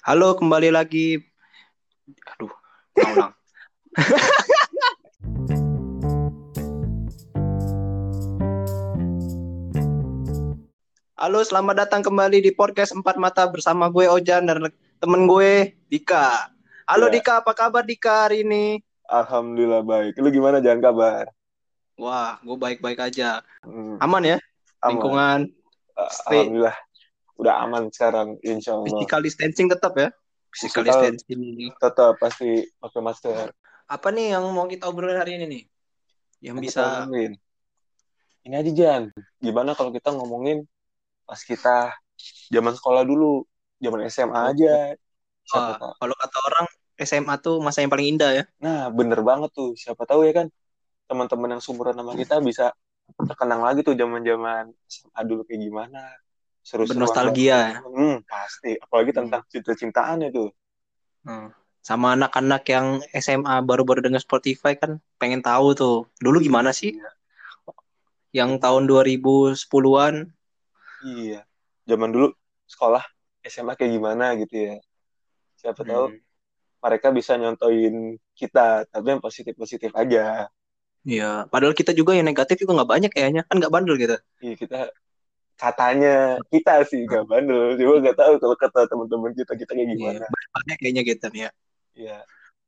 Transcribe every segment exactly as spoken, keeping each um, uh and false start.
Halo, kembali lagi. Aduh, ulang-ulang. Halo, selamat datang kembali di podcast Empat Mata bersama gue Ojan dan temen gue Dika. Halo Ya, Dika, apa kabar Dika hari ini? alhamdulillah baik. Lu gimana? Jangan kabar. Wah, gue baik-baik aja. Hmm, Aman ya? aman. Lingkungan, A- stay Alhamdulillah udah aman sekarang, insya Allah. physical distancing tetap ya? Physical Fisikal distancing. tetap pasti pakai masker. Apa nih yang mau kita obrolin hari ini nih? Yang Yang kita bisa, omongin. Ini aja, Jan. Gimana kalau kita ngomongin pas kita zaman sekolah dulu, zaman S M A oh, aja. Siapa wah, tahu. kalau kata orang S M A tuh masa yang paling indah ya? Nah, bener banget tuh. Siapa tahu ya kan, teman-teman yang sumuran sama kita bisa terkenang lagi tuh zaman-zaman S M A dulu kayak gimana. Seru-seruan bareng Bernostalgia ya? teman-teman. Hmm, pasti. Apalagi Hmm. tentang cinta-cintaan itu. Hmm. Sama anak-anak yang S M A baru-baru dengar Spotify kan pengen tahu tuh. Dulu gimana sih Iya, yang bener. tahun dua ribu sepuluhan-an? Iya. Zaman dulu sekolah S M A kayak gimana gitu ya. Siapa tahu Hmm. mereka bisa nyontoin kita, tapi yang positif-positif aja. Iya, padahal kita juga yang negatif juga nggak banyak kayaknya. Kan nggak bandel gitu. Iya, kita katanya kita sih gak bandel. Cuma gak tahu kalau kata teman-teman kita, kita kayak Iya, gimana. banyak kayaknya gitu nih ya. Iya.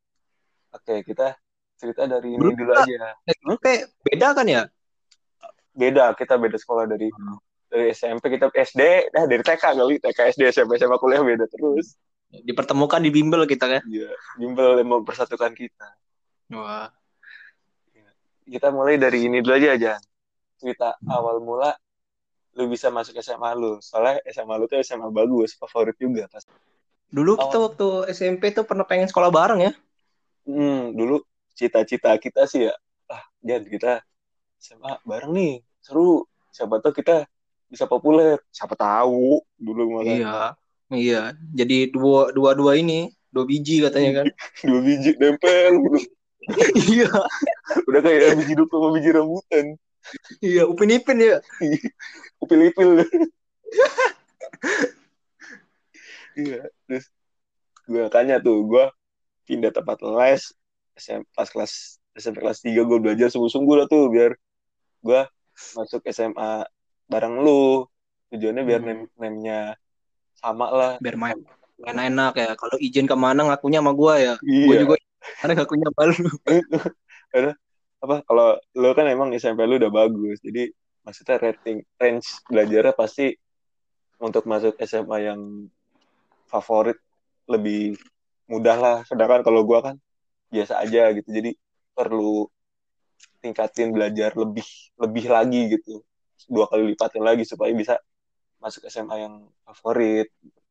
Oke, kita cerita dari ini Dulu dulu kita aja. Hmm? S M P beda kan ya? Beda, kita beda sekolah dari Hmm. dari S M P kita S D, dah dari T K kali, T K S D S M P S M A kuliah beda terus. Dipertemukan di bimbel kita kan. Iya, bimbel yang mempersatukan kita. Wah, Iya. Kita mulai dari ini dulu aja, Jan. Cerita awal mula lu bisa masuk S M A lu. Soalnya S M A lu tuh S M A bagus, favorit juga pasti. dulu kita Awal. waktu S M P tuh pernah pengen sekolah bareng ya. Hmm, dulu cita-cita kita sih ya, ah, Jan, kita S M A bareng nih, seru. Siapa tahu kita bisa populer. Siapa tahu dulu mah kan. Iya, iya. Jadi dua dua dua ini, dua biji katanya kan. Dua biji nempel. Iya, Udah kayak biji duku sama biji rambutan. iya. Upin Ipin ya. Upil-ipil. Iya. Terus gue tanya tuh, gue pindah tempat les S M, pas kelas S M P kelas tiga gue belajar sungguh-sungguh lah tuh biar gue masuk S M A bareng lu. Tujuannya biar nem Hmm. nemnya sama lah. Biar main Sama. enak-enak ya. Kalau izin kemana ngakunya sama gua ya. Gua juga Iya. karena ngakunya sama lu. Karena apa kalau lu kan emang S M P lu udah bagus. Jadi maksudnya rating range belajarnya pasti untuk masuk S M A yang favorit lebih mudah lah. Sedangkan kalau gua kan biasa aja gitu. Jadi perlu tingkatin belajar lebih lebih lagi gitu. Dua kali lipatin lagi supaya bisa masuk S M A yang favorit.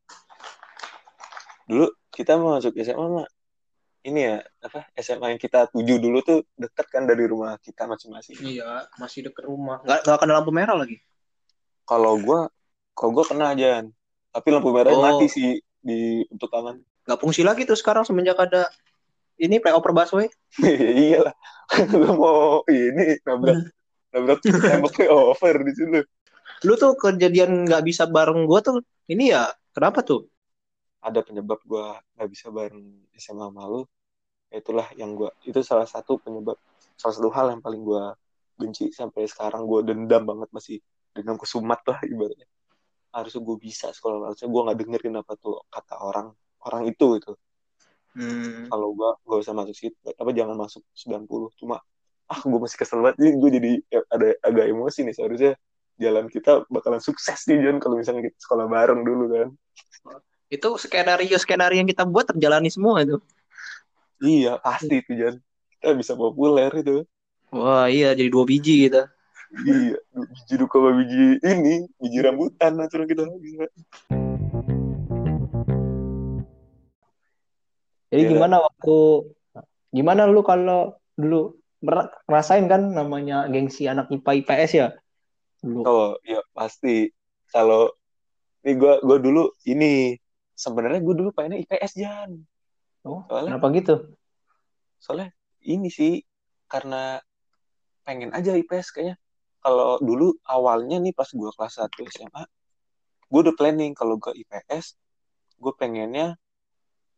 Dulu kita mau masuk S M A mah ini ya apa S M A yang kita tuju dulu tuh deket kan dari rumah kita masing-masing. Iya, masih deket rumah. Nggak, nggak kena lampu merah lagi. Kalau gua kalau gua kena aja, tapi lampu merahnya mati Oh, sih di untuk tangan. nggak fungsi lagi tuh sekarang semenjak ada ini flyover busway. Iyalah, lu mau ini nabrak nabrak tembok over di situ. Lu tuh kejadian nggak bisa bareng gua tuh ini ya. Kenapa tuh? Ada penyebab gua nggak bisa bareng S M A malu. Itulah yang gua itu salah satu penyebab salah satu hal yang paling gua benci sampai sekarang gua dendam banget masih dendam kesumat lah ibaratnya. Harusnya gue bisa sekolah harusnya gue nggak dengerin apa tuh kata orang orang itu itu Hmm. kalau gue gak usah masuk situ apa jangan masuk sembilan puluh cuma ah gue masih kesel banget nih gue jadi ya, ada agak emosi nih seharusnya jalan kita bakalan sukses nih Jon kalau misalnya kita sekolah bareng dulu kan. Itu skenario-skenario yang kita buat terjalani semua itu. Iya pasti itu Jon kita bisa populer itu. Wah, iya jadi dua biji gitu. Iya biji duka sama biji ini biji rambutan aturan kita bisa. Jadi Gila. gimana waktu gimana lu kalau dulu mer- ngerasain kan namanya gengsi anak I P A I P S ya dulu. Oh ya pasti kalau ini gue gue dulu ini sebenarnya gue dulu pengennya I P S Jan. Oh, Soalnya kenapa gitu? soalnya ini sih karena pengen aja I P S kayaknya. Kalau dulu awalnya nih pas gue kelas satu S M A, gue udah planning kalau gue I P S, gue pengennya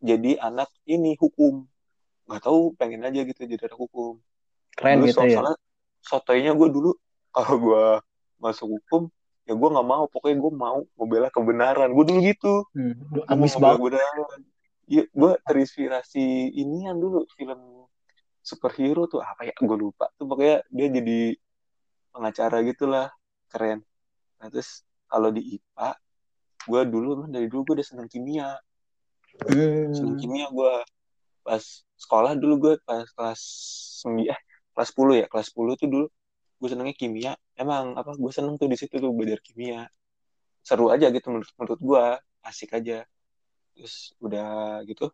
jadi anak ini hukum. Nggak tahu pengen aja gitu jadi anak hukum. Keren Dulu gitu so ya. soalnya sotoynya gue dulu kalau gue masuk hukum ya gue nggak mau, pokoknya gue mau membela kebenaran, gue dulu gitu. Hmm. Gue mau Abis membela banget. kebenaran. Iya, gue terinspirasi inian dulu film superhero tuh apa ya, gue lupa tuh, pokoknya dia jadi pengacara gitulah, keren. Nah terus kalau di I P A, gue dulu emang dari dulu gue udah seneng kimia. Seneng Hmm. kimia gue pas sekolah dulu, gue pas kelas sembilan eh kelas sepuluh ya, kelas sepuluh tuh dulu gue senengnya kimia. Emang apa, gue seneng tuh di situ tuh belajar kimia, seru aja gitu menurut menurut gue, asik aja. Terus udah gitu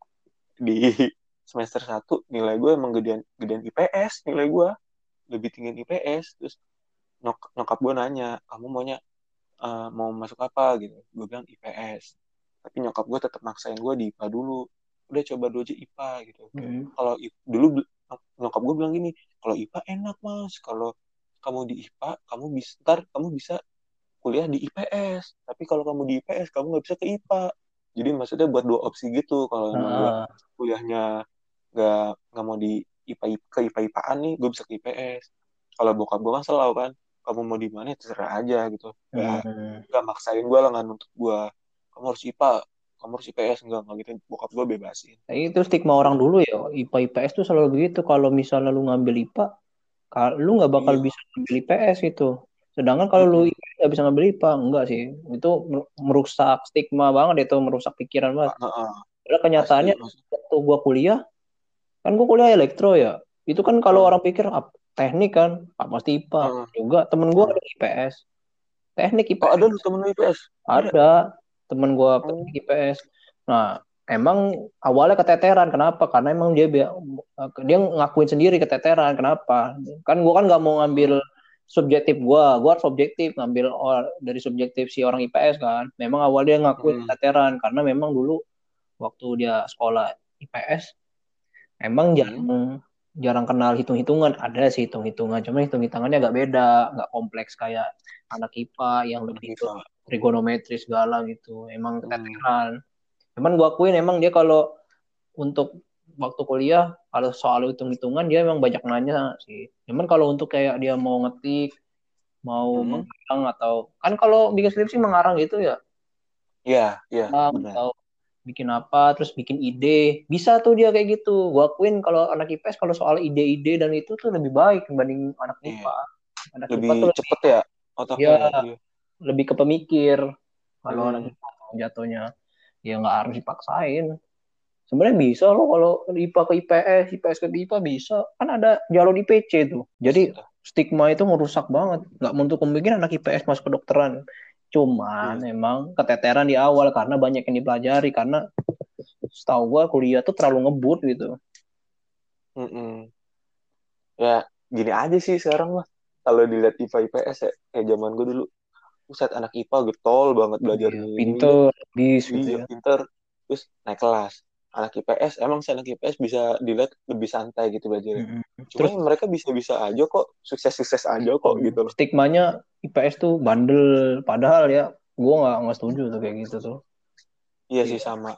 di semester satu nilai gue emang gedean gedean I P S, nilai gue lebih tinggi I P S. Terus nyok nyokap gue nanya, kamu maunya eh, mau masuk apa gitu, gue bilang I P S. Tapi nyokap gue tetap maksain gue di I P A dulu, udah coba dulu aja I P A gitu. Hmm. Kalau I- dulu nyokap gue bilang gini, kalau I P A enak mas, kalau kamu di I P A kamu bisa ntar kamu bisa kuliah di I P S, tapi kalau kamu di I P S kamu nggak bisa ke I P A. Jadi maksudnya buat dua opsi gitu, kalau emang gue Heeh. kuliahnya nggak nggak mau di I P A, ke I P A I P A-an nih, gue bisa ke I P S. Kalau bokap gue kan selalu kan, kamu mau di mana ya terserah aja gitu, nggak Hmm. nggak maksain gue lah, nggak nuntut gue kamu harus I P A, kamu harus I P S, enggak nggak gitu, bokap gue bebasin. Nah, itu stigma orang dulu ya. I P A I P S tuh selalu begitu. Kalau misalnya lu ngambil I P A, ka- lu nggak bakal Iya. bisa ngambil I P S itu. Sedangkan kalau lu Mm-mm. I P S nggak bisa ngambil I P A, enggak sih. Itu mer- merusak stigma banget itu, merusak pikiran banget. Ah, ah, ah. Padahal Pasti kenyataannya mas. waktu gua kuliah, kan gua kuliah elektro ya. Itu kan kalau Ah, orang pikir ah, teknik kan, ah, pasti I P A. ah, Juga temen gua ah. ada I P S, teknik Oh ada I P S. lu temen lu I P S? Ada. Ada temen gua teknik Oh. I P S. Nah, emang awalnya keteteran. Kenapa? Karena emang dia bi- dia ngakuin sendiri keteteran. Kenapa? Kan gua kan nggak mau ngambil Hmm. subjektif gua. Gua harus objektif ngambil or- dari subjektif si orang I P S kan. Memang awalnya dia ngakuin Hmm. keteteran karena memang dulu waktu dia sekolah I P S emang Hmm. jarang jarang kenal hitung-hitungan. Ada sih hitung-hitungan, cuma hitung-hitungannya agak beda, nggak kompleks kayak anak I P A yang Anak lebih ke I P A. trigonometri segala gitu. Emang Hmm. keteteran. Cuman gua akuin emang dia kalau untuk waktu kuliah kalau soal hitung-hitungan dia emang banyak nanya sih. Cuman kalau untuk kayak dia mau ngetik, mau Hmm. mengarang atau kan kalau bikin skripsi mengarang gitu ya, Iya, iya, mengarang benar. atau bikin apa terus bikin ide bisa tuh dia kayak gitu. Gua akuin kalau anak I P S kalau soal ide-ide dan itu tuh lebih baik dibanding anak Iya. I P A. Anak I P A Lebih tuh lebih cepet ya ya otaknya ya. Iya. lebih ke pemikir. Kalau anak Hmm. I P A jatuhnya ya nggak harus dipaksain. Sebenarnya bisa loh kalau I P A ke I P S, I P S ke I P A bisa. Kan ada jalur I P C tuh. Jadi Bisa dah. stigma itu merusak banget. Nggak untuk kemungkinan anak I P S masuk kedokteran. Cuman Iya. emang keteteran di awal karena banyak yang dipelajari. Karena setahu gua kuliah tuh terlalu ngebut gitu. Mm-mm. Ya gini aja sih sekarang mah. Kalau dilihat I P A I P S ya, kayak zaman gue dulu. Buset, anak I P A getol banget Iya, belajarnya ini kan. pinter, bis gitu Iya, ya. pinter. Terus naik kelas. Anak I P S, emang sih anak I P S bisa dilihat lebih santai gitu belajarnya. Mm-mm. Cuma Terus ya mereka bisa-bisa aja kok, sukses-sukses aja kok gitu loh. stigmanya I P S tuh bandel. Padahal ya gua nggak nggak setuju tuh kayak gitu tuh. Iya sih Iya, sama.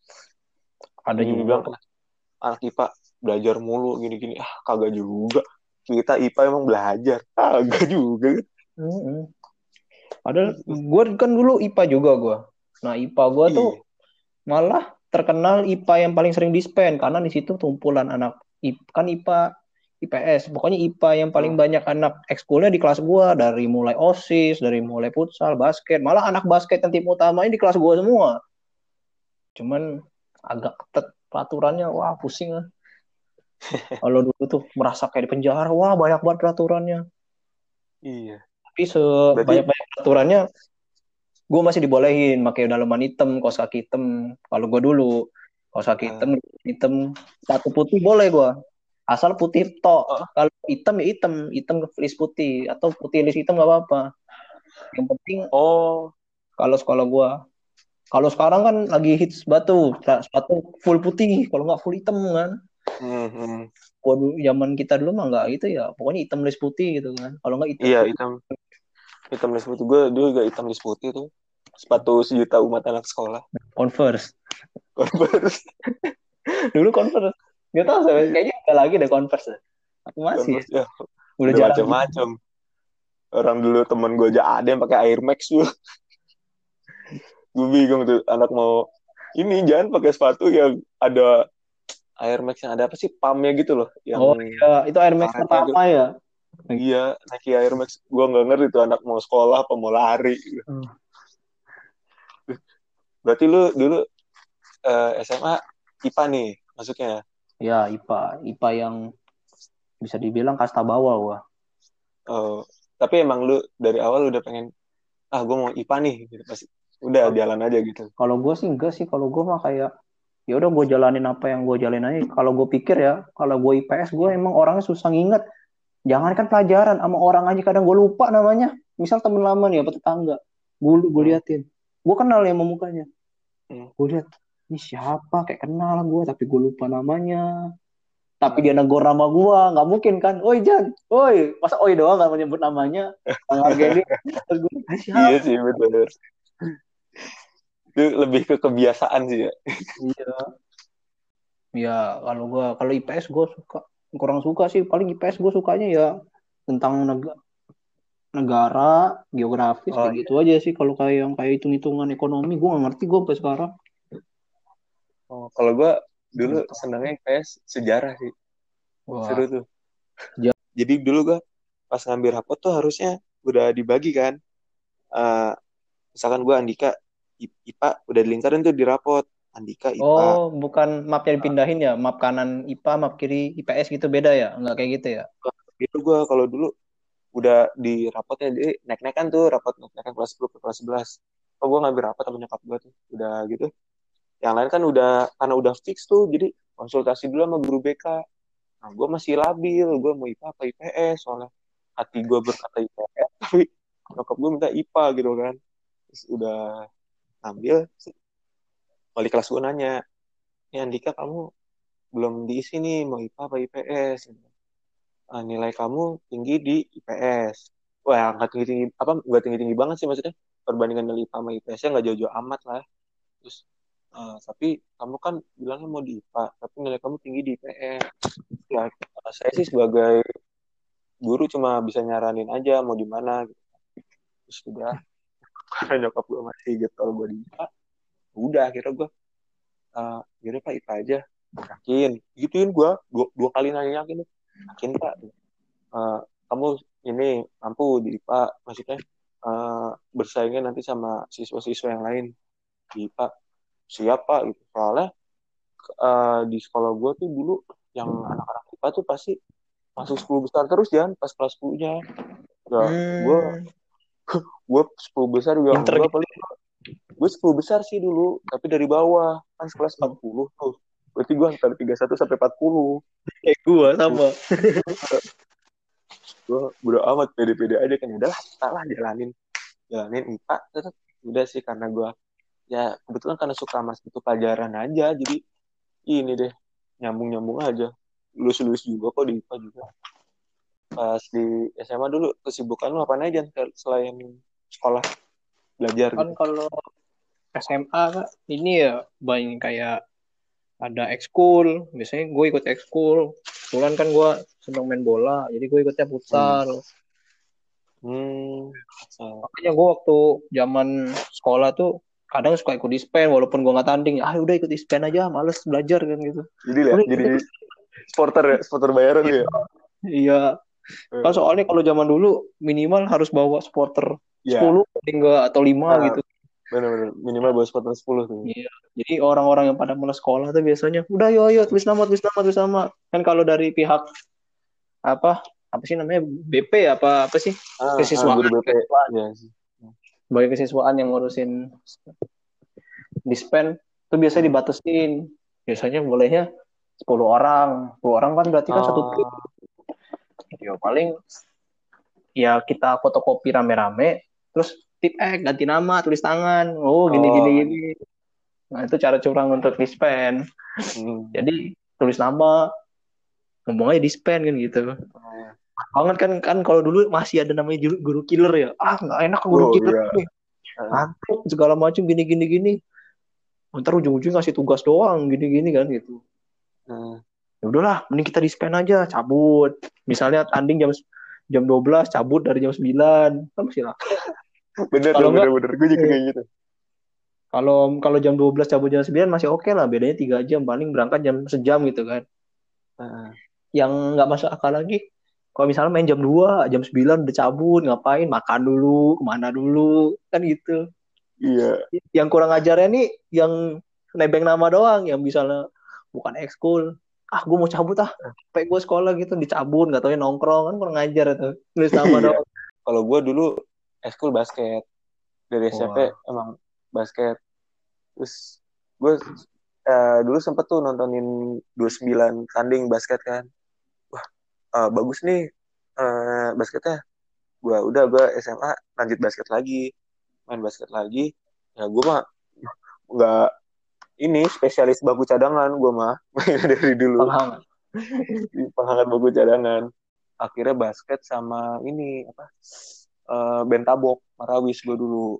ada Ini juga dibilang kok. anak I P A belajar mulu gini-gini. Ah, kagak juga. Kita I P A emang belajar. Kagak juga. Mm-mm. Padahal gue kan dulu I P A juga gue. Nah I P A gue tuh Iya. malah terkenal I P A yang paling sering dispen karena di situ tumpulan anak I P A, kan I P A I P S. Pokoknya I P A yang paling Hmm. banyak anak ekskulnya di kelas gue dari mulai OSIS, dari mulai futsal, basket. Malah anak basket yang tim utamanya di kelas gue semua. Cuman agak ketat peraturannya, wah pusing lah. Kalau dulu tuh merasa kayak di penjara, wah banyak banget peraturannya. Iya. Tapi Berarti sebanyak-banyak peraturannya gue masih dibolehin pakai dalaman hitam, kaos kaki hitam. Kalau gue dulu kaos kaki hitam, uh, hitam, sepatu putih boleh gue. Asal putih tok. oh, Kalau hitam ya hitam, hitam ke fleece putih atau putih list hitam nggak apa-apa. Yang penting oh, kalau sekolah gue. Kalau sekarang kan lagi hits sepatu, sepatu full putih. Kalau nggak full hitam kan. hmm, hmm. Waduh, zaman kita dulu mah nggak gitu ya. Pokoknya hitam list putih gitu kan. Kalau nggak hitam Iya putih. hitam, hitam list putih gue dulu juga hitam list putih tuh. Sepatu sejuta umat anak sekolah. Converse. Converse. Dulu Converse. Gak tau saya kayaknya ada lagi deh Converse. Aku masih Converse ya udah udah jarang juga. macam-macam. Orang dulu temen gue aja ada yang pakai Air Max tuh. Gue bingung tuh anak mau ini jangan pakai sepatu yang ada Air Max yang ada apa sih pumpnya gitu loh, yang Oh iya, itu Air Max karetnya tuh. pertama ya. Iya, Nike Air Max. Gue nggak ngerti tuh anak mau sekolah apa mau lari. Hmm. Berarti lu dulu eh, S M A I P A nih masuknya. Ya, I P A, I P A yang bisa dibilang kasta bawah gua. Oh, tapi emang lu dari awal udah pengen ah gue mau I P A nih gitu pasti. Udah jalan aja gitu. Kalau gue sih enggak sih, kalau gue mah kayak ya udah gue jalanin apa yang gue jalanin aja. Kalau gue pikir ya, kalau gue I P S gue emang orangnya susah nginget. Jangankan pelajaran, sama orang aja kadang gue lupa namanya. Misal temen lama nih, apa tetangga, gue gue Hmm. liatin, gue kenal ya sama mukanya. Hmm. Gue lihat, ini siapa? Kayak kenal gue, tapi gue lupa namanya. Tapi Hmm. dia negor nama gue, nggak mungkin kan? Oi Jan, oi, masa oi doang nggak menyebut namanya? Menghargai dia. Terus gue, ini Iya siapa? sih betul. Itu lebih ke kebiasaan sih ya. Iya. Ya kalau gue kalau I P S gue suka kurang suka sih, paling I P S gue sukanya ya tentang neg- negara, geografis Oh kayak iya. gitu aja sih. Kalau kayak yang kayak hitung-hitungan ekonomi gue nggak ngerti gue sampai sekarang. Oh, kalau gue dulu senangnya I P S sejarah sih. Wah, Seru tuh. ja- Jadi dulu gue pas ngambil rapot tuh harusnya udah dibagi kan. Eh, misalkan gue Andika I- IPA udah dilingkarin tuh di rapot. Andika I P A. oh bukan mapnya dipindahin ya, map kanan I P A, map kiri I P S gitu beda ya, nggak kayak gitu ya? Gitu gue kalau dulu udah di rapotnya jadi naik-naikan tuh rapot naik-naikan kelas sepuluh ke kelas sebelas. Oh gue ngambil rapot sama nyokap gue tuh udah gitu. Yang lain kan udah karena udah fix tuh jadi konsultasi dulu sama guru B K. Nah gue masih labil gue mau I P A apa I P S soalnya hati gue berkata I P S tapi nyokap gue minta I P A gitu kan. Terus udah ambil wali kelas gue nanya, ini Andika kamu belum diisi nih mau I P A apa I P S? Ah, nilai kamu tinggi di I P S. Wah, nggak tinggi-tinggi, apa nggak tinggi-tinggi banget sih maksudnya. Perbandingan nilai I P A sama I P S-nya nggak jauh-jauh amat lah. Terus, ah, tapi kamu kan bilangnya mau di I P A, tapi nilai kamu tinggi di I P S. Ya, saya sih sebagai guru cuma bisa nyaranin aja mau di mana gitu. Terus udah, karena nyokap gue masih getol gue di I P A, udah akhirnya gue, uh, yaudah Pak I P A aja. Yakin, gituin gue dua, dua kali nanya yakin, yakin Pak. Uh, kamu ini mampu di I P A maksudnya uh, bersaingnya nanti sama siswa-siswa yang lain di I P A siap Pak gitu soalnya uh, di sekolah gue tuh dulu yang anak-anak I P A tuh pasti masuk sepuluh besar terus kan pas kelas sepuluh-nya ya gue Hmm, gue sepuluh besar juga pinter enggak gitu. paling gue sepuluh besar sih dulu tapi dari bawah kan kelas empat Hmm. puluh tuh berarti gue antara tiga puluh satu sampai empat puluh Kayak gue sama. gue udah amat pede-pede aja kan udahlah salah jalanin jalanin I P A tetap udah sih karena gue ya kebetulan karena suka mas itu pelajaran aja jadi ini deh nyambung nyambung aja lulus lulus juga kok di I P A juga pas di S M A dulu kesibukan lu apa aja selain sekolah belajar Kan gitu. kalau S M A Kak, ini ya banyak kayak ada ekskul. Biasanya gue ikut ekskul. Kebetulan kan gue seneng main bola, jadi gue ikutnya hmm. futsal. Hmm. So, Makanya gue waktu zaman sekolah tuh kadang suka ikut dispen walaupun gue nggak tanding. Ah udah ikut dispen aja, males belajar kan gitu. jadi ya Udah jadi ikut. supporter ya supporter bayaran lu ya. Iya. Kan Eh, soalnya kalau zaman dulu minimal harus bawa supporter ya sepuluh enggak atau lima nah, gitu. benar-benar minimal bawa supporter sepuluh tuh. Iya. Jadi orang-orang yang pada mulai sekolah tuh biasanya udah yo yo tulis nama tulis nama tulis nama. Kan kalau dari pihak apa apa sih namanya B P apa apa sih Ah, ah kesiswaan guru B P kesiswaan ya sih. sebagai kesiswaan yang ngurusin dispen itu biasanya Hmm. dibatasin biasanya bolehnya sepuluh orang sepuluh orang kan berarti kan satu tim Ah, ya paling ya kita fotokopi rame-rame terus tip eh ganti nama tulis tangan oh gini gini oh, gini nah itu cara curang untuk dispen hmm. jadi tulis nama ngomong aja dispen kan gitu Oh, banget kan kan kalau dulu masih ada namanya guru, guru killer ya ah nggak enak guru oh killer iya. nih Ah, ngantuk segala macam gini gini gini ntar ujung-ujung ngasih tugas doang gini-gini kan gitu. Nah, Ya udahlah, mending kita dispen aja, cabut. Misalnya tanding jam jam dua belas, cabut dari jam sembilan, kan masih lah. bener tuh, Kalau enggak, bener-bener. Gue juga eh, kayak gitu. kalau kalau jam dua belas cabut jam sembilan masih oke lah, bedanya tiga jam, paling berangkat jam sejam gitu kan. Nah, Yang nggak masuk akal lagi, kalau misalnya main jam dua, jam sembilan udah cabut, ngapain? Makan dulu, kemana dulu, kan gitu. iya, Yang kurang ajarnya nih, yang nebeng nama doang, yang misalnya bukan ekskul. Ah, gue mau cabut ah. Sampai gue sekolah gitu, dicabut, nggak tahu nongkrong, kan kurang ajar itu. Nulis nama iya. doang. Kalau gue dulu ekskul basket. Dari S M P Wah. emang basket. Terus gue eh, dulu sempet tuh nontonin dua puluh sembilan tanding basket kan. Wah, eh, bagus nih eh, basketnya. Gue udah gue S M A lanjut basket lagi, main basket lagi. Ya gue mah nggak ini spesialis baku cadangan, gue mah main dari dulu Penghangat. penghangat baku cadangan. Akhirnya basket sama ini apa eh, bentabok Marawis gue dulu.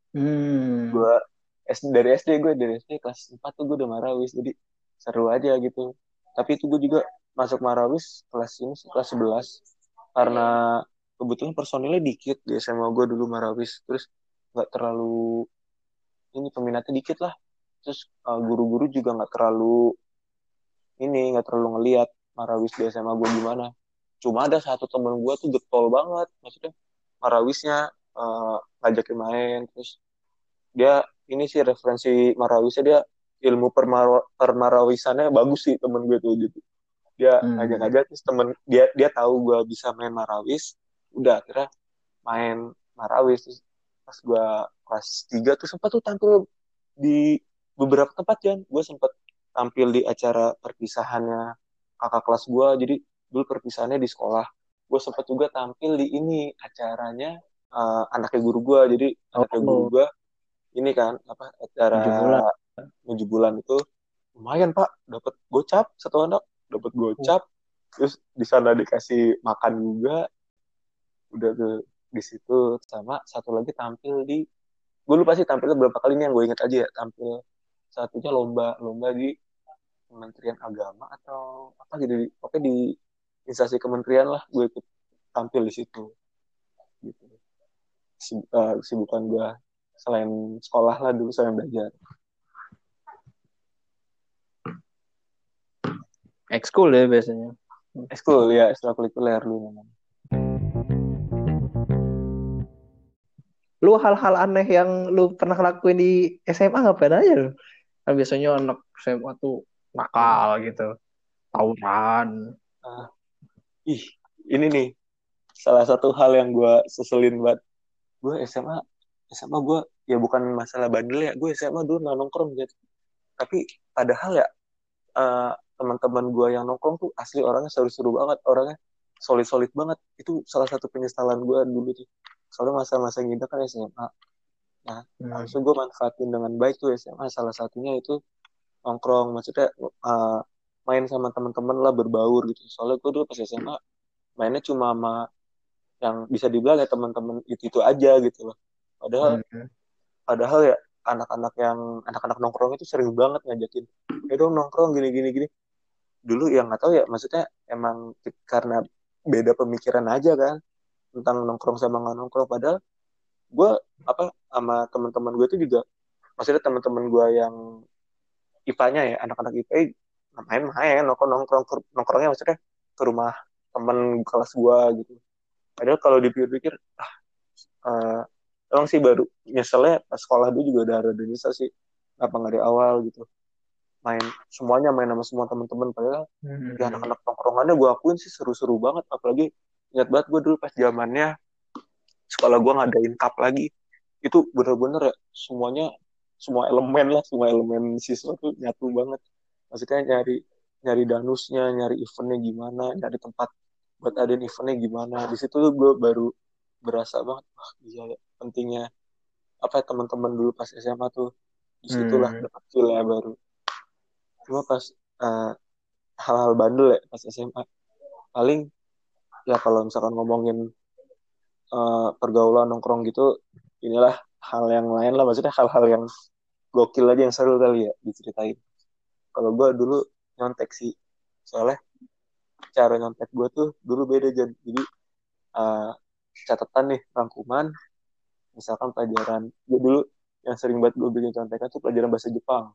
Hmm. Gue S dari S D gue dari S D kelas empat tuh gue udah Marawis, jadi seru aja gitu. Tapi itu gue juga masuk Marawis kelas ini kelas sebelas karena kebetulan personilnya dikit di S M A gue dulu Marawis, terus nggak terlalu ini peminatnya dikit lah, terus uh, guru-guru juga nggak terlalu ini nggak terlalu ngeliat Marawis di S M A gue gimana. Cuma ada satu temen gue tuh getol banget, maksudnya Marawisnya uh, ngajakin main, terus dia ini sih referensi Marawisnya, dia ilmu permar permarawisannya bagus sih temen gue tuh gitu. Dia ngajak Hmm. aja, terus temen dia dia tahu gue bisa main Marawis, udah akhirnya main Marawis. Terus pas gue kelas tiga tuh sempat tuh tampil di beberapa tempat kan, gue sempat tampil di acara perpisahannya kakak kelas gue, jadi dulu perpisahannya di sekolah. Gue sempat juga tampil di ini acaranya uh, anaknya guru gue, jadi anaknya guru Oh, gue ini kan apa acara tujuh bulan. tujuh bulan itu lumayan pak, dapat gocap satu anak, dapat gocap, terus di sana dikasih makan juga, udah ke di situ. Sama satu lagi tampil di, gue lupa sih tampilnya berapa kali, ini yang gue inget aja ya, tampil satunya lomba lomba di Kementerian Agama atau apa gitu, di, oke di instansi kementerian lah, gue ikut tampil di situ gitu. Sib- eh, Kesibukan gue selain sekolah lah dulu, selain belajar. Ekskul ya biasanya. Ekskul ya, ekstrakurikuler lu namanya. Lu hal-hal aneh yang lu pernah lakuin di S M A ngapain aja lu? Kan biasanya anak S M A tuh nakal gitu, tawuran. Ah, ih, ini nih salah satu hal yang gue seselin banget. Gue S M A S M A gue ya bukan masalah bandel ya, gue S M A dulu nggak nongkrong gitu. Tapi padahal ya eh, teman-teman gue yang nongkrong tuh asli orangnya seru-seru banget, orangnya solid-solid banget. Itu salah satu penyesalan gue dulu tuh. Soalnya masa-masa ngida kan S M A. Nah, Hmm. harusnya gue manfaatin dengan baik tuh S M A. Salah satunya itu nongkrong, maksudnya eh, main sama teman-teman lah, berbaur gitu. Soalnya gue dulu pas S M A mainnya cuma sama yang bisa dibilang ya teman-teman itu itu aja gitu loh. Padahal Hmm. padahal ya anak-anak yang anak-anak nongkrong itu sering banget ngajakin, eh dong nongkrong gini gini gini. Dulu yang nggak tahu ya, maksudnya emang karena beda pemikiran aja kan tentang nongkrong sama nggak nongkrong. Padahal gue apa sama teman-teman gue itu juga, maksudnya teman-teman gue yang I P A-nya ya, anak-anak I P A main-main nongkrong nongkrong nongkrongnya maksudnya ke rumah temen kelas gue gitu. Padahal kalau dipikir-pikir uh, emang sih baru nyeselnya pas sekolah dulu juga udah ada nyesel sih, apa nggak dari awal gitu, main semuanya main sama semua teman-teman. Padahal ya Hmm. anak-anak tongkrongannya gue akuin sih seru-seru banget. Apalagi ingat banget gue dulu pas zamannya sekolah gue ngadain cup lagi, itu bener-bener ya semuanya, semua elemen lah, semua elemen siswa tuh nyatu banget. Maksudnya nyari nyari danusnya, nyari eventnya gimana, nyari tempat buat adain eventnya gimana. Di situ tuh gue baru berasa banget, wah iya ya, pentingnya apa ya, teman-teman dulu pas S M A tuh. Disitulah Hmm. dapat feel ya baru. Cuma pas uh, hal-hal bandel ya pas S M A, paling ya kalau misalkan ngomongin uh, pergaulan nongkrong gitu, inilah hal yang lain lah, maksudnya hal-hal yang gokil aja yang seru kali ya diceritain. Kalau gue dulu nyontek sih, soalnya cara nyontek gue tuh dulu beda Jan. Jadi uh, catatan nih rangkuman, misalkan pelajaran, gue dulu yang sering banget gue bikin contekan tuh pelajaran bahasa Jepang.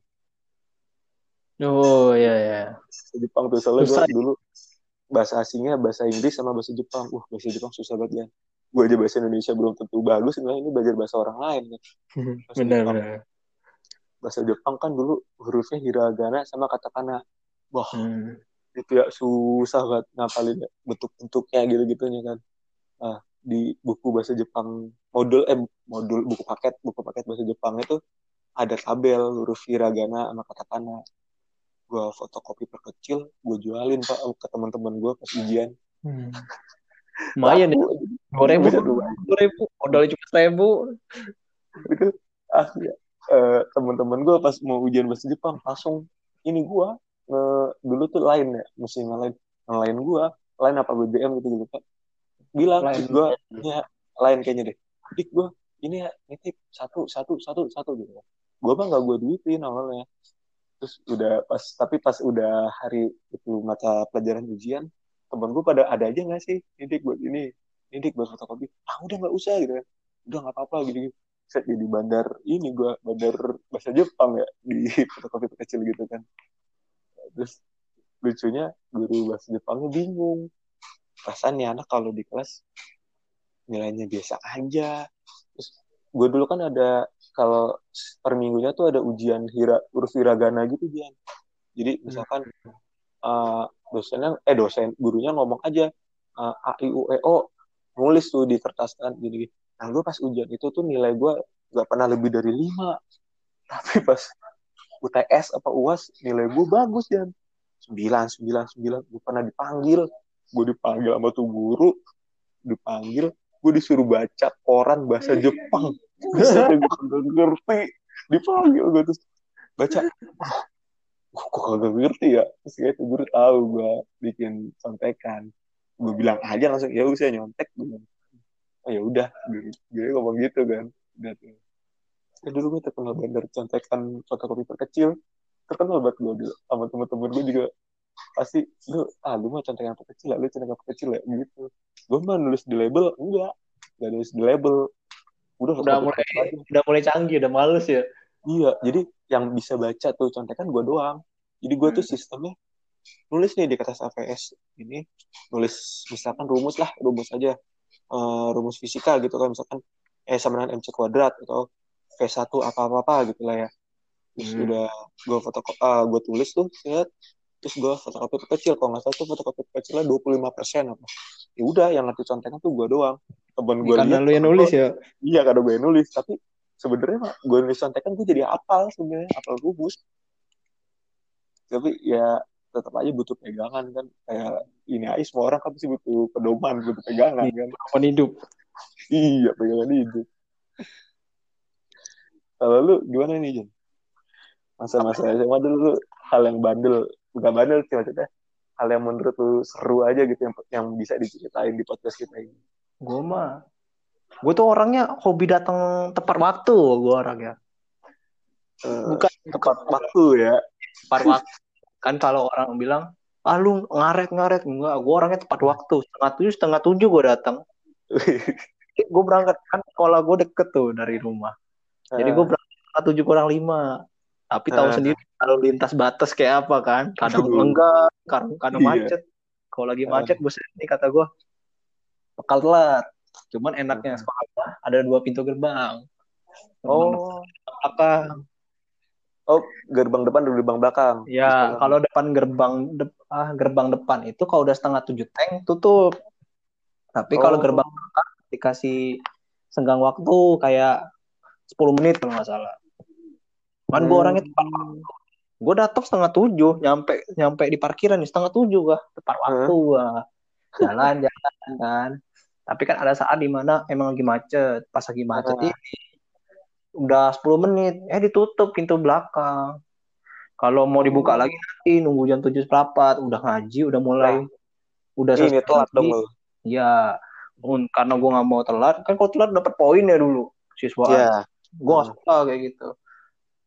Oh iya ya. Bahasa Jepang tuh soalnya gue Susah. dulu bahasa asingnya bahasa Inggris sama bahasa Jepang. Wah bahasa Jepang susah banget ya. Gue aja bahasa Indonesia belum tentu bagus, sebenarnya ini belajar bahasa orang lain kan. Bahasa Jepang. Benar-benar. Bahasa Jepang kan dulu hurufnya hiragana sama katakana. Wah, Hmm. itu ya susah banget ngapalin ya, bentuk-bentuknya gitu-gitunya kan. Nah, di buku bahasa Jepang modul eh modul buku paket buku paket bahasa Jepang itu ada tabel huruf hiragana sama katakana. Gue fotokopi perkecil, gue jualin pak ke teman-teman gue pas ujian. Hmm. Lumayan ya. Laku, Dua iya ribu, bisa lumayan. dua ribu. Modalnya cuma seribu. Itu ah ya. Eh, teman-teman gue pas mau ujian bahasa Jepang langsung ini gue nge, dulu tuh lain ya mesti ngelain ngelain gue lain apa B B M gitu gitu pak bilang dik Lain. gue ya lain kayaknya deh dik gue ini ya nitip satu satu satu satu gitu gue mah nggak gue duitin awalnya terus udah pas tapi pas udah hari itu mata pelajaran ujian temen gue pada ada aja nggak sih ini dik buat ini ini dik buat fotokopi ah udah nggak usah gitu kan udah nggak apa-apa gitu gitu set jadi bandar ini gue bandar bahasa Jepang ya di fotokopi kecil gitu kan terus lucunya guru bahasa Jepangnya bingung perasaan nih anak kalau di kelas nilainya biasa aja. Terus gue dulu kan ada kalau per minggunya tuh ada ujian hira huruf hiragana gitu Jan. Jadi misalkan uh, dosennya eh dosen gurunya ngomong aja uh, A I U E O nulis tuh di kertas kan gini. Nah gue pas ujian itu tuh nilai gue gak pernah lebih dari lima. Tapi pas U T S apa U A S nilai gue bagus Jan. Sembilan, sembilan, sembilan. Gue pernah dipanggil. Gue dipanggil sama tuh guru. Dipanggil gue disuruh baca koran bahasa Jepang bisa gue kagak ngerti dipanggil gue terus baca gue kok kagak ngerti ya terus kayak itu guru tahu gue bikin contekan gue bilang aja langsung ya udah nyontek gue bilang oh ya udah gue ngomong gitu kan udah tuh ya dulu gue terkenal bandar contekan fotokopi perkecil terkenal banget gue dulu sama temen-temen gue juga pasti lu ah lu mah contekan perkecil lah lu contekan perkecil ya gitu gue mah nulis di label enggak nggak nulis di label udah Udah fotokopi mulai perkecil aja udah mulai canggih, udah males ya. iya jadi yang bisa baca tuh contekan gue doang jadi gue tuh sistemnya nulis nih di kertas A P S ini nulis misalkan rumus lah rumus aja uh, rumus fisika gitu kan misalkan E sama dengan mc kuadrat atau V satu apa apa apa gitu lah ya terus Hmm. udah gue foto uh, gue tulis tuh lihat terus gue fotokopi kecil kalau nggak salah tuh fotokopi kecilnya dua puluh lima persen apa ya udah yang ngerti contekan tuh gue doang temen Ini gue karena lihat lu yang nulis ya. iya karena gue yang nulis tapi sebenarnya gue nulis contekan gue jadi apal sebenarnya apal rumus tapi ya tetap aja butuh pegangan kan kayak ini aja semua orang kan pasti butuh pedoman butuh pegangan Di kan pengalaman hidup. iya pegangan hidup kalau lu gimana nih Jen masa-masa S M A dulu lu hal yang bandel bukan bandel sih maksudnya hal yang menurut lu seru aja gitu yang yang bisa diceritain di podcast kita ini Gue mah, gue tuh orangnya hobi datang tepat waktu. Gue orangnya. uh, Bukan, bukan tepat waktu ya tepat waktu. Kan kalau orang bilang, ah lu ngaret-ngaret. Enggak, gue orangnya tepat waktu. Setengah tujuh, setengah tujuh gue datang. Gue berangkat, kan sekolah gue deket tuh dari rumah. Jadi gue uh, berangkat setengah tujuh kurang lima. Tapi tahu uh, sendiri kalau lintas batas kayak apa kan. Kadang enggak, kadang, kadang iya macet. Kalau lagi uh, macet, buset nih kata gue, bakal telat. Cuman enaknya uh. sekolah gua ada dua pintu gerbang. Gerbang depan, oh belakang. oh gerbang depan dan gerbang belakang di Ya, sekolah kalau depan gerbang de- ah, gerbang depan itu kalau udah setengah tujuh tank tutup. Tapi kalau gerbang oh belakang dikasih senggang waktu kayak sepuluh menit kalau nggak salah. Kan gue orangnya tepat. hmm. Gue datang setengah tujuh, nyampe nyampe di parkiran nih setengah tujuh gua tepat waktu Huh? gua jalan-jalan kan. Tapi kan ada saat dimana emang lagi macet. Pas lagi macet Uh, ini udah sepuluh menit, eh ditutup pintu belakang. Kalau mau dibuka lagi oh nanti nunggu jam tujuh seperempat, udah ngaji, udah mulai, nah udah ini selesai telat ngaji. dong lo Ya, un, karena gue nggak mau telat, kan kalau telat dapat poin ya dulu siswaan. ya Gue nggak suka kayak gitu.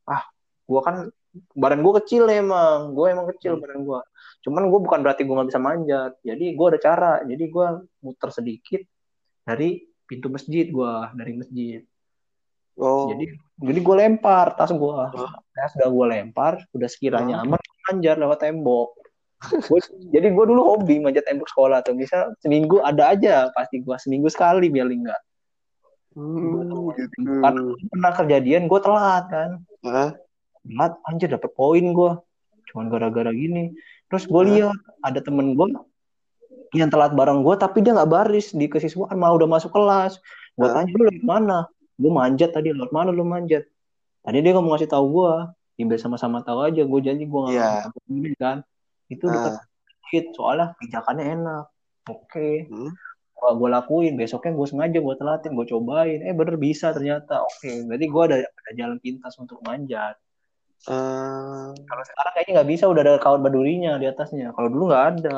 ah gue kan badan gue kecil emang, gue emang kecil Hmm. badan gue. Cuman gue bukan berarti gue nggak bisa manjat. Jadi gue ada cara. Jadi gue muter sedikit dari pintu masjid gue, dari masjid. Jadi Oh. jadi gue lempar tas gue. Hah? Nah, sudah gue lempar, udah sekiranya Hah? aman, manjat lewat tembok. Gua, jadi gue dulu hobi manjat tembok sekolah tuh. Misal seminggu ada aja pasti gue seminggu sekali biar enggak. Gue tuh Hmm, manjat gitu. tembok. Karena pernah kejadian gue telat kan. Hah? Telat anjir dapet poin gue. Cuman gara-gara gini. Terus gue Hah? lihat ada temen gue yang telat bareng gue tapi dia nggak baris di kesiswaan malah udah masuk kelas. Gue Hah? tanya lu lewat mana? Gue manjat tadi lewat mana lu manjat? Tadi dia nggak mau ngasih tahu gue. Ya biar sama-sama tahu aja. Gue janji gue nggak Iya. nggak ini kan. Itu dekat Ah. masjid soalnya pijakannya enak. Oke, Hmm. gua gue lakuin. Besoknya gue sengaja gue telatin, gue cobain. Eh bener bisa ternyata. Oke, berarti gue ada, ada jalan pintas untuk manjat. Ah. Kalau sekarang kayaknya nggak bisa, udah ada kawat berdurinya di atasnya. Kalau dulu nggak ada.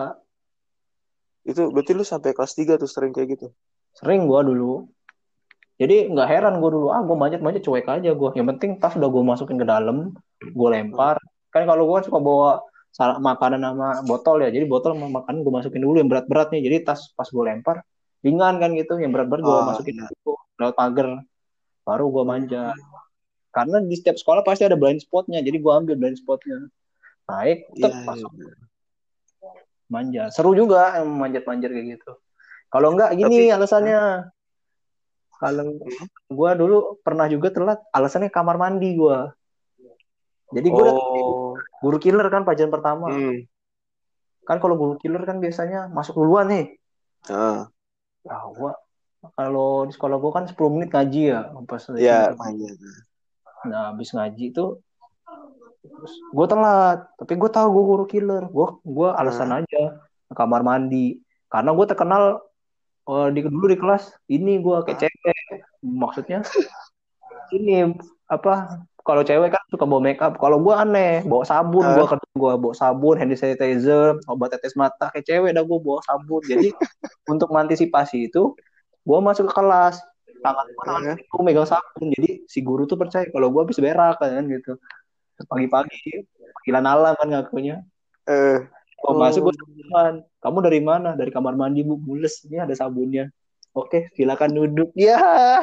Itu berarti lu sampai kelas tiga tuh sering kayak gitu. Sering gue dulu. Jadi nggak heran gue dulu, ah gue manjat-manjat cuek aja gue. Yang penting tas udah gue masukin ke dalam, gue Hmm. lempar. Kan kalau gue suka bawa salah makanan sama botol ya, jadi botol sama makanan gue masukin dulu yang berat-berat nih. Jadi tas pas gue lempar, ringan kan gitu. Yang berat-berat gue Ah, masukin iya. dulu lewat pagar, baru gue Hmm. manjat. Karena di setiap sekolah pasti ada blind spotnya, jadi gue ambil blind spotnya. Naik, Iya, tek, iya, masuk iya. manjat. Seru juga yang manjat-manjat kayak gitu. Kalau enggak Tapi, gini Hah? alasannya. Kalau Hmm? gue dulu pernah juga telat, alasannya kamar mandi gue. Jadi gue udah Oh. guru killer kan pelajaran pertama. Hmm. Kan kalau guru killer kan biasanya masuk duluan nih. Ah. Ya gua kalau di sekolah gua kan sepuluh menit ngaji ya pas Ya, singkat. manjat. Nah, habis ngaji itu terus gua telat, tapi gua tahu gua guru killer. Gua gua alasan Ah. aja ke kamar mandi. Karena gua terkenal eh, di dulu di kelas ini gua kayak Ah. cewek. Maksudnya ini apa kalau cewek kan suka bawa make up. Kalau gua aneh, bawa sabun gua Ah. ketemu gua bawa sabun, hand sanitizer, obat tetes mata kayak cewek dah gua bawa sabun. Jadi untuk mengantisipasi itu, gue masuk ke kelas, tangan gue tangan Ah. kiri gue megang sabun, jadi si guru tuh percaya kalau gue habis berak kan gitu. Pagi-pagi, panggilan alam kan ngakunya. Eh. Gue masuk gue Oh. sabun. Kamu dari mana? Dari kamar mandi bu, mules. Ini ada sabunnya. Oke, silakan duduk. Ya,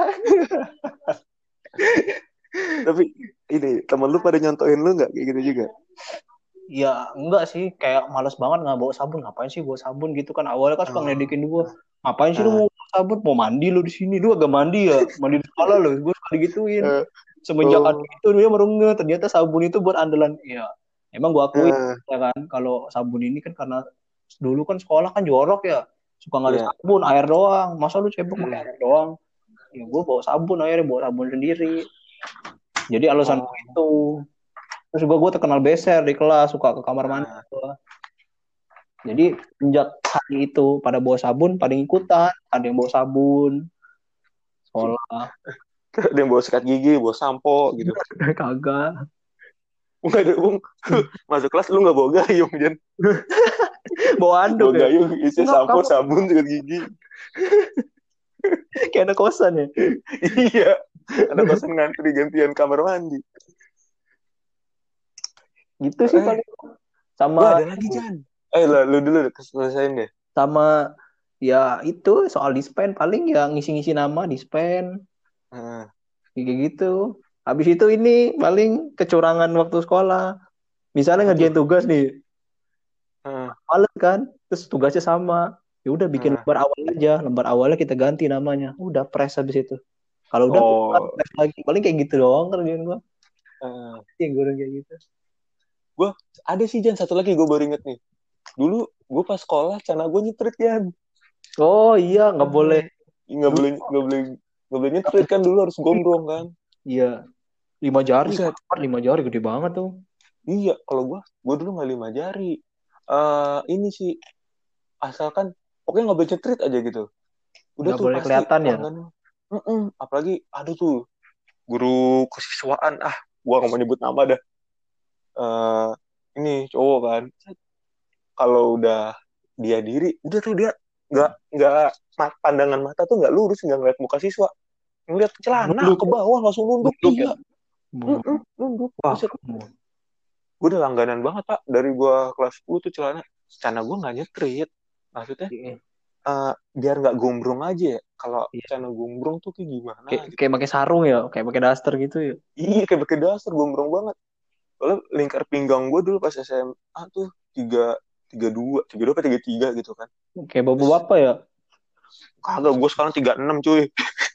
Tapi ini temen lu pada nyontoin lu nggak kayak gitu juga? ya enggak sih, kayak males banget nggak bawa sabun. Ngapain sih bawa sabun gitu kan? Awalnya kan suka Oh. ngeledekin gue. Ngapain sih lu Ah. mau bawa sabun? Mau mandi lu di sini? Lu agak mandi ya? Mandi di sekolah lu. Gue suka digituin. Eh. Semenjak ada Oh. itu dia baru nge ternyata sabun itu buat andalan. Ya, emang gue akui Eh. ya kan kalau sabun ini kan karena dulu kan sekolah kan jorok ya. Suka nggak ada Ya. sabun, air doang. Masa lu cebok pakai Hmm. air doang? Ya gue bawa sabun akhirnya bawa sabun sendiri. Jadi alasan gue Oh. itu. Terus juga gue terkenal beser di kelas, suka ke kamar mandi. Ah. Gua. Jadi sejak hari itu pada bawa sabun, pada ikutan. Ada yang bawa sabun, sekolah. Ada yang bawa sikat gigi, bawa sampo gitu. Kagak. Enggak ada, Bung. Masuk kelas lu nggak bawa gayung, Jan. Bawa anduk Bawa ya. gayung, isi Enggak, sampo, kamu sabun, sikat gigi. kayak anak kosan ya. Iya. Anak kosan ngantri gantian kamar mandi. Gitu sih Eh, paling. gue Sama ada lagi, Jan. Eh, lah, lu dulu selesaiin deh. sama ya itu soal dispen paling ya ngisi-ngisi nama dispen Ah. kayak gitu. Habis itu ini paling kecurangan waktu sekolah. Misalnya Apa tuh? ngerjain tugas nih, Ah. males kan? Terus tugasnya sama. Ya udah bikin Ah. lembar awal aja, lembar awalnya kita ganti namanya. Udah press habis itu. Kalau udah Oh. press lagi. Paling kayak gitu doang kerjaan gua. Ah. Yang gue kayak gitu. Gue ada sih, Jan, satu lagi gue baru inget nih. Dulu gue pas sekolah celana gue nyetrit, Jan. Oh iya, nggak boleh. Nggak Dulu boleh nggak boleh nggak boleh nyetrit kan, dulu harus gondrong kan. iya, lima jari, Buset. Pak. Lima jari gede banget tuh. Iya, kalau gue gue dulu nggak lima jari. Eh ini sih asalkan pokoknya nggak boleh nyetrit aja gitu. Udah Nggak tuh boleh pasti kelihatan ya. pelanggan. Mm-mm. Apalagi ada tuh guru kesiswaan, ah gue nggak mau nyebut nama dah. Eh ini cowok kan. Kalau udah dia diri, udah tuh dia nggak nggak pandangan mata tuh nggak lurus, nggak ngeliat muka siswa, ngeliat celana Nunduk, ke bawah langsung nunduk. nunduk ya. Iya, Mm-mm, nunduk. Wah, Buset. Gue udah langganan banget pak dari gue kelas sepuluh tuh celana celana gue nggak nyetrit maksudnya iya. eh, biar nggak gombrong aja ya kalau Iya. celana gombrong tuh kayak gimana Kayak gitu. kayak pakai sarung ya, kayak pakai daster gitu ya. Iya kayak pakai dasar gombrong banget. Soalnya lingkar pinggang gue dulu pas S M A tuh tiga tiga dua tiga dua apa tiga tiga gitu kan. Kayak Terus bapak-bapak ya. kagak gue sekarang tiga enam cuy.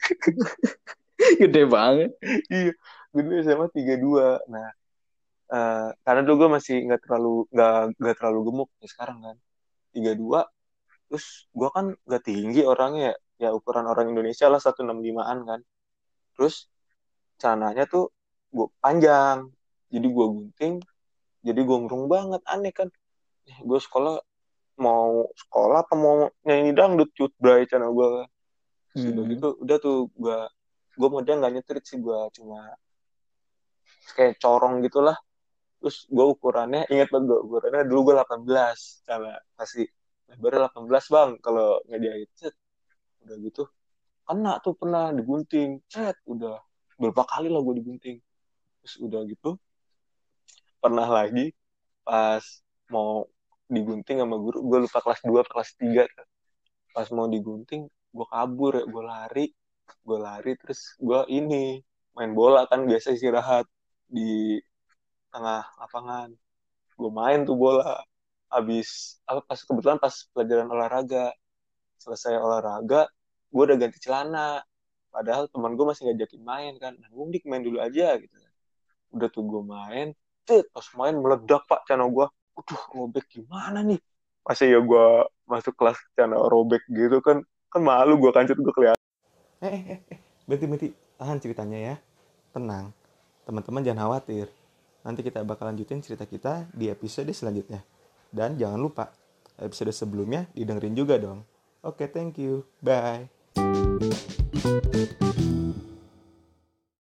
Gede banget. Iya gue dulu S M A tiga dua. Nah eh, karena dulu gue masih nggak terlalu nggak nggak terlalu gemuk ya sekarang kan tiga dua. Terus gue kan nggak tinggi orangnya ya, ya ukuran orang Indonesia lah seratus enam puluh lima-an kan. Terus celananya tuh gue panjang, jadi gue gunting, jadi gombrong banget, aneh kan. Gue sekolah mau sekolah apa mau nyanyi dangdut cut bray channel gue. Sudah Hmm. gitu udah tuh gue gue model nggak nyetrit sih gue cuma kayak corong gitulah. Terus gue ukurannya ingat banget gue ukurannya dulu gue delapan belas cara kasih lebarnya delapan belas bang kalau ngejahit set udah gitu kena tuh pernah digunting set udah berapa kali lah gue digunting. Terus udah gitu pernah lagi pas mau digunting sama guru gue lupa kelas dua kelas tiga pas mau digunting gue kabur ya gue lari gue lari terus gue ini main bola kan biasa istirahat di tengah lapangan gue main tuh bola abis apa pas kebetulan pas pelajaran olahraga selesai olahraga gue udah ganti celana padahal teman gue masih ngajakin main kan nah gue main dulu aja gitu udah tuh gue main tet pas main meledak pak celana gue udah robek gimana nih masa ya gue masuk kelas celana robek gitu kan kan malu gue kancut gue kelihatan. Eh, eh, eh, eh, berhenti, berhenti. Tahan ceritanya ya. Tenang. Teman-teman jangan khawatir. Nanti kita bakal lanjutin cerita kita di episode selanjutnya. Dan jangan lupa, episode sebelumnya didengerin juga dong. Oke, thank you. Bye.